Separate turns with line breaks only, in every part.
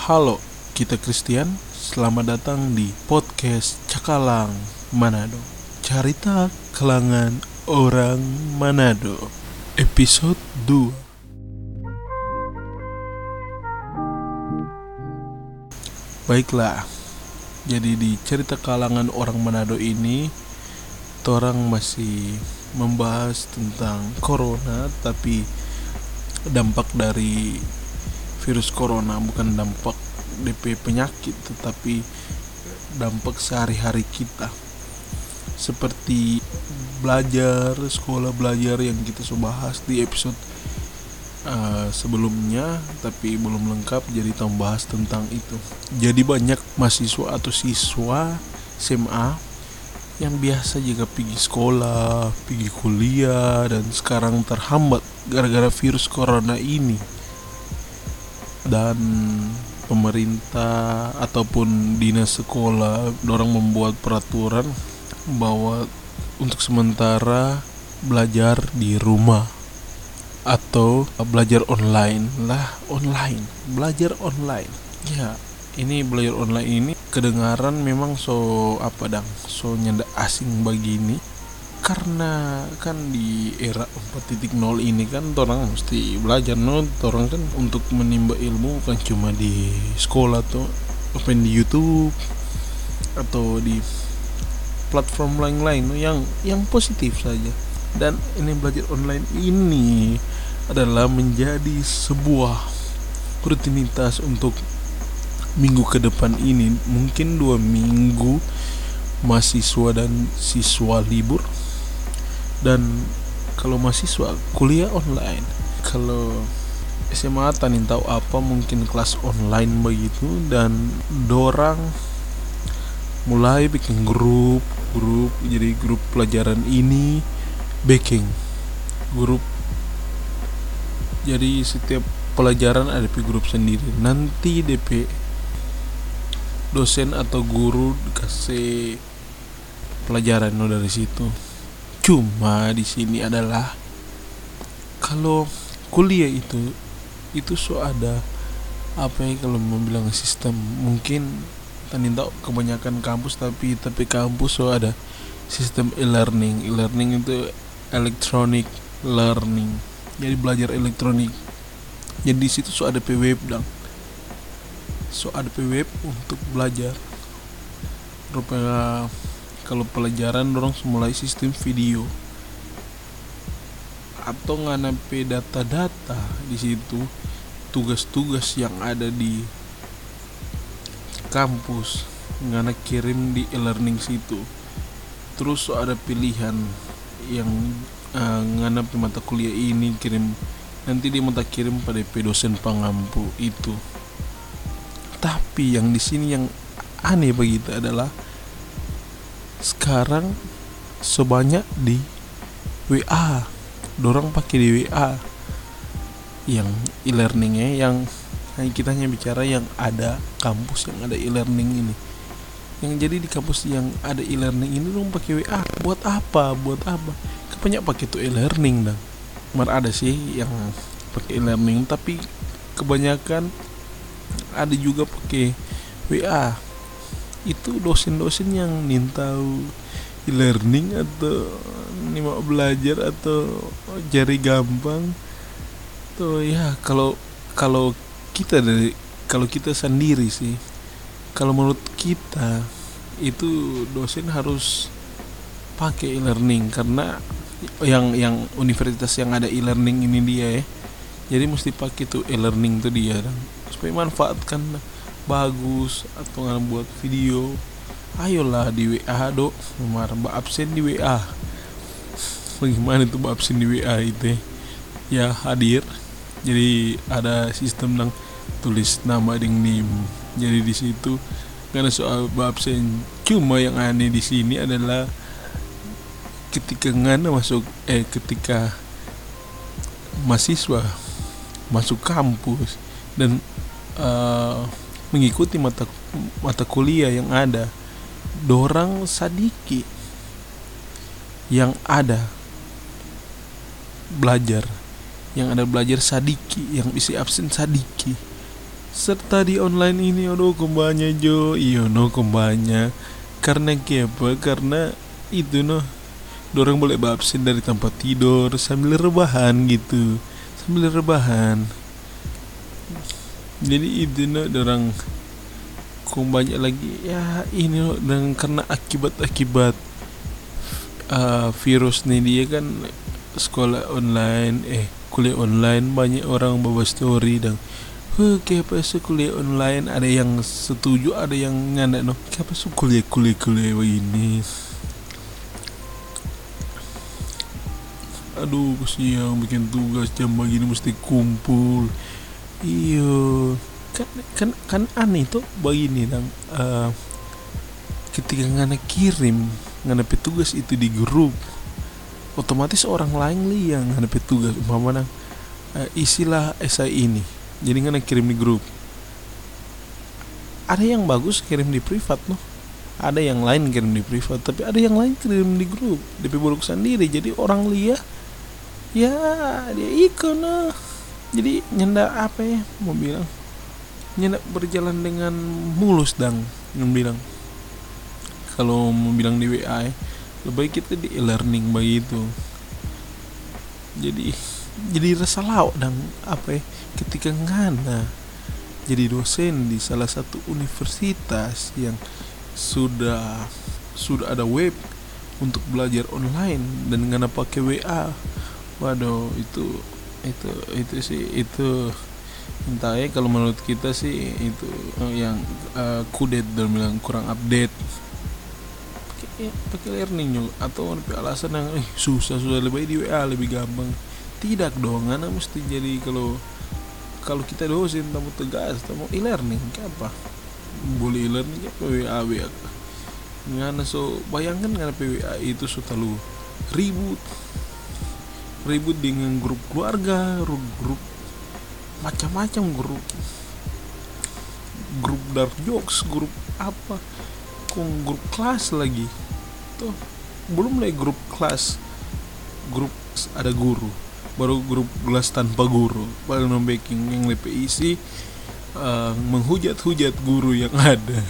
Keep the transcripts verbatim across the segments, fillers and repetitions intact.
Halo, kita Christian. Selamat datang di podcast Cakalang Manado. Carita kalangan orang Manado. Episode dua. Baiklah. Jadi di cerita kalangan orang Manado ini, orang masih membahas tentang corona, tapi dampak dari virus corona, bukan dampak D P penyakit, tetapi dampak sehari-hari kita, seperti belajar, sekolah belajar yang kita sudah bahas di episode uh, sebelumnya, tapi belum lengkap, jadi kita bahas tentang itu. Jadi banyak mahasiswa atau siswa S M A yang biasa juga pergi sekolah, pergi kuliah, dan sekarang terhambat gara-gara virus corona ini. Dan pemerintah ataupun dinas sekolah dorang membuat peraturan bahwa untuk sementara belajar di rumah atau belajar online lah online belajar online ya. Ini belajar online ini kedengaran memang so apa dang so nyanda asing begini, karena kan di era empat titik nol ini kan orang mesti belajar, no, orang kan untuk menimba ilmu bukan cuma di sekolah tuh, open di YouTube atau di platform lain-lain no, yang yang positif saja. Dan ini belajar online ini adalah menjadi sebuah rutinitas untuk minggu ke depan ini. Mungkin dua minggu mahasiswa dan siswa libur, dan kalau mahasiswa kuliah online. Kalau S M A tanin tahu apa, mungkin kelas online begitu, dan dorang mulai bikin grup grup jadi grup pelajaran ini baking grup. Jadi setiap pelajaran ada di grup sendiri. Nanti D P dosen atau guru dikasih pelajaran no dari situ. Cuma di sini adalah kalau kuliah itu itu so ada apa ya, kalau mau bilang sistem, mungkin tanin tahu kebanyakan kampus, tapi tapi kampus so ada sistem e-learning. E-learning itu electronic learning. Jadi belajar elektronik. Jadi di situ so ada P W B dong. So ada P W B untuk belajar. Rupanya kalau pelajaran dorong mulai sistem video atau nganape data-data di situ, tugas-tugas yang ada di kampus ngana kirim di e-learning situ. Terus so ada pilihan yang uh, ngana mata kuliah ini kirim, nanti dia mata kirim pada P dosen pengampu itu. Tapi yang di sini yang aneh begitu adalah sekarang sebanyak di W A, dorang pakai di W A yang e-learningnya, yang kita hanya bicara yang ada kampus yang ada e-learning ini. Yang jadi di kampus yang ada e-learning ini dorang pakai W A buat apa? Buat apa? Kebanyak pakai tuh e-learning dah. Mar ada sih yang pakai e-learning, tapi kebanyakan ada juga pakai W A. Itu dosen-dosen yang nintau e-learning atau nima belajar atau jari gampang tuh ya. Kalau kalau kita dari kalau kita sendiri sih, kalau menurut kita itu dosen harus pakai e-learning, karena yang yang universitas yang ada e-learning ini dia ya. Jadi mesti pakai tuh e-learning tuh dia, dan supaya manfaatkan bagus atau nggak buat video. Ayolah di W A dok, kemarin mbak absen di W A. Bagaimana tuh mbak absen di W A itu? Ya hadir. Jadi ada sistem yang tulis nama ding nim. Jadi di situ karena soal mbak absen. Cuma yang aneh di sini adalah ketika ngana masuk eh ketika mahasiswa masuk kampus dan uh, mengikuti mata mata kuliah yang ada, dorang sadiki yang ada belajar yang ada belajar sadiki, yang isi absen sadiki. serta di online ini aduh kembanya jo iyo no kembanya karena apa karena itu no dorang boleh babsen dari tempat tidur sambil rebahan gitu sambil rebahan jadi itu no dorang kembanya lagi ya ini no dan karena akibat-akibat uh, virus nih dia kan sekolah online eh kuliah online banyak orang bawa story dan huh, kenapa sih kuliah online ada yang setuju ada yang nggak no kenapa sih kuliah kuliah kuliah begini aduh siang bikin tugas jam begini mesti kumpul iyo kan kan kan aneh tuh begini dong uh, ketika ngana kirim ngana petugas itu di grup otomatis orang lain li yang ngana petugas umpama uh, isilah esai ini jadi ngana kirim di grup ada yang bagus kirim di privat loh ada yang lain kirim di privat tapi ada yang lain kirim di grup D P buruk sendiri jadi orang lihat ya dia ikut nah jadi nyenda apa ya mau bilang nyenda berjalan dengan mulus dang yang bilang kalau mau bilang di W A ya, lebih kita di e-learning begitu jadi jadi rasa lawak dang apa ya ketika ngana jadi dosen di salah satu universitas yang sudah sudah ada web untuk belajar online dan ngana pakai W A. Waduh itu itu itu sih itu entah ya kalau menurut kita sih itu uh, yang uh, kudet dan bilang kurang update pakai ya, pakai learning juga atau ada alasan yang eh susah susah lebih di W A lebih gampang tidak dong karena mesti jadi kalau kalau kita dosen tamu tegas tamu e-learning apa boleh e-learning ya W A W A ngana so bayangkan ngana P W A itu sudah lu ribut ribut dengan grup keluarga, grup, grup macam-macam grup, grup dark jokes, grup apa, kok grup kelas lagi, tuh belum lagi grup kelas, grup ada guru, baru grup kelas tanpa guru, baru nombaking yang lebih isi uh, menghujat-hujat guru yang ada.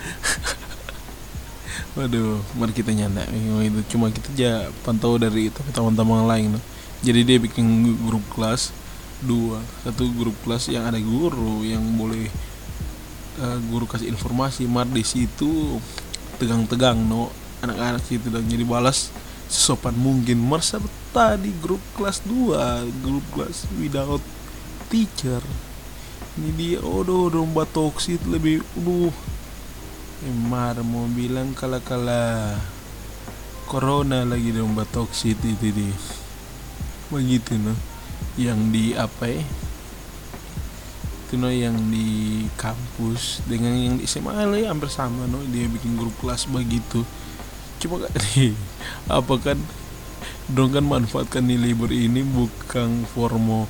Waduh, mari kita nyanda itu cuma kita aja pantau dari teman-teman lain. Jadi dia bikin grup kelas dua, satu grup kelas yang ada guru yang boleh uh, guru kasih informasi, mar di situ tegang-tegang no anak-anak situ dan jadi balas sesopan mungkin mar serta di grup kelas dua, grup kelas without teacher. Ini dia odoh domba toksit lebih uh Emar mau bilang kala-kala corona lagi domba toksit itu di begitu no yang di apa ya itu no yang di kampus dengan yang di S M A lah ya hampir sama no dia bikin grup kelas begitu cuma kan apa kan dong kan manfaatkan nih libur ini bukan formo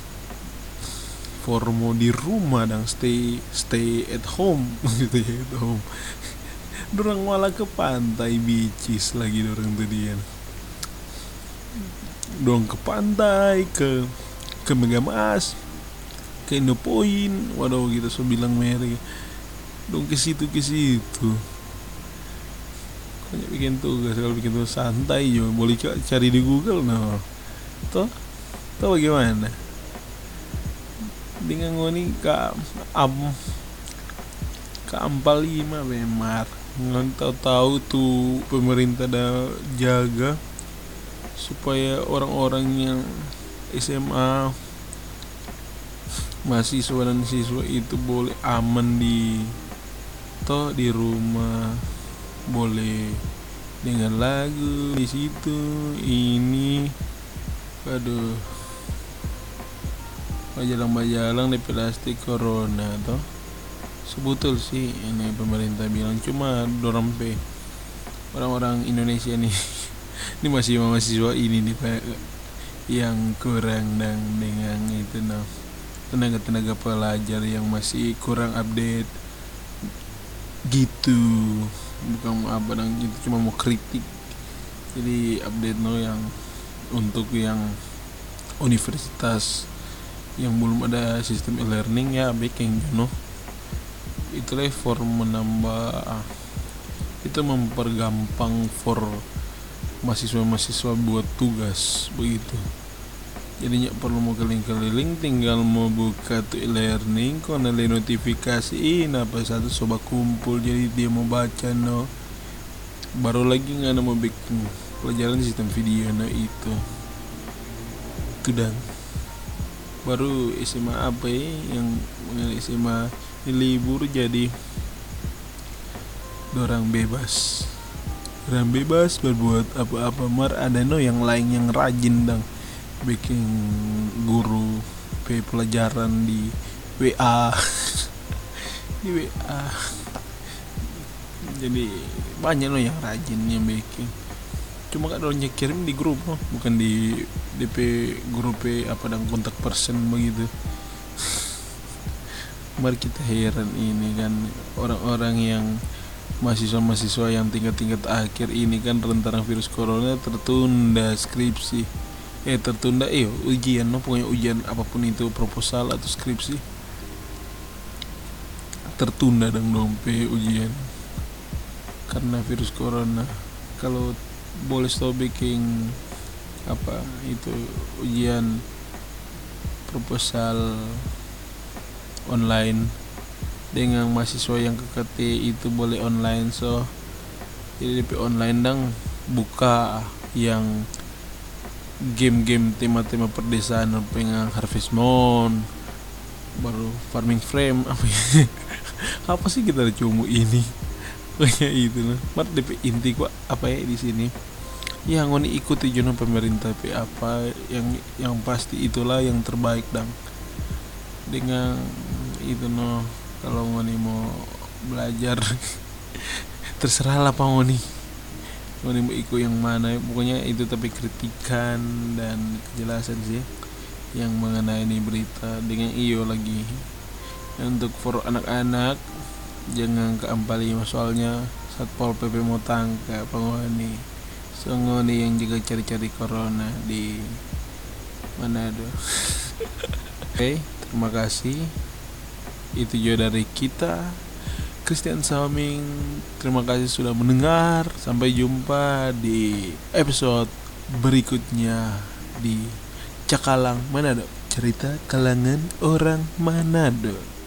formo di rumah dan stay stay at home gitu ya at home dorang malah ke pantai beaches lagi dorang tadian dorang ke pantai ke ke Megamas ke Indopoint waduh kita so bilang Mary dong ke situ ke situ banyak bikin tugas kalau bikin tugas santai yo boleh cari di Google no toh toh bagaimana dengan ngoni ka am ka ampal lima memar ngon tahu-tahu tuh pemerintah dah jaga supaya orang-orang yang S M A mahasiswa dan siswa itu boleh aman di toh di rumah boleh dengan lagu di situ ini aduh bajalang-bajalang di plastik corona toh sebetul sih ini pemerintah bilang cuma dorang pe orang-orang Indonesia nih ini masih mahasiswa ini nih Pak yang kurang dan dengan itu nah tenaga-tenaga pelajar yang masih kurang update gitu bukan apa dan itu cuma mau kritik jadi update no yang untuk yang universitas yang belum ada sistem e-learning ya baking you know. Itulah for menambah, itu mempergampang for mahasiswa-mahasiswa buat tugas begitu. Jadi nggak perlu mau keliling-keliling, tinggal mau buka tuh e-learning, kok nilai notifikasi apa satu sobat kumpul, jadi dia mau baca no. Baru lagi nggak ada mau bikin pelajaran sistem video no itu. Kedang baru S M A apa ya yang S M A libur jadi dorang bebas. Orang bebas berbuat apa-apa, mar ada no yang lain yang rajin dang bikin guru pe pelajaran di W A di W A. Jadi banyak no yang rajin yang bikin, cuma kan orangnya kirim di grup no, bukan di D P grup P apa dan kontak person begitu. Mari kita heran ini kan orang-orang yang mahasiswa-mahasiswa yang tingkat-tingkat akhir ini kan rentan virus corona, tertunda skripsi eh tertunda eh ujian no, pokoknya ujian apapun itu, proposal atau skripsi tertunda dong dompe ujian karena virus corona. Kalau boleh stop bikin apa itu ujian proposal online dengan mahasiswa yang ke K T itu boleh online, so jadi D P online dang buka yang game-game tema-tema perdesaan pengen Harvest Moon, baru Farming Frame apa ya apa sih kita cuma ini kayak itu lah. Mat D P inti gua apa ya di sini yang ngoni ikuti jono pemerintah P apa yang yang pasti itulah yang terbaik dang dengan itu no. Kalau ngoni mau belajar terserah lah pak ngoni ngoni mau ikut yang mana pokoknya itu, tapi kritikan dan kejelasan sih yang mengenai ini berita dengan iyo lagi. Untuk for anak-anak jangan ke empat puluh lima soalnya Satpol P P mau tangkap pengoni so ngoni yang juga cari-cari corona di Manado. Oke okay, terima kasih. Itu juga dari kita Christian Salming. Terima kasih sudah mendengar. Sampai jumpa di episode berikutnya di Cakalang Manado, cerita kalangan orang Manado.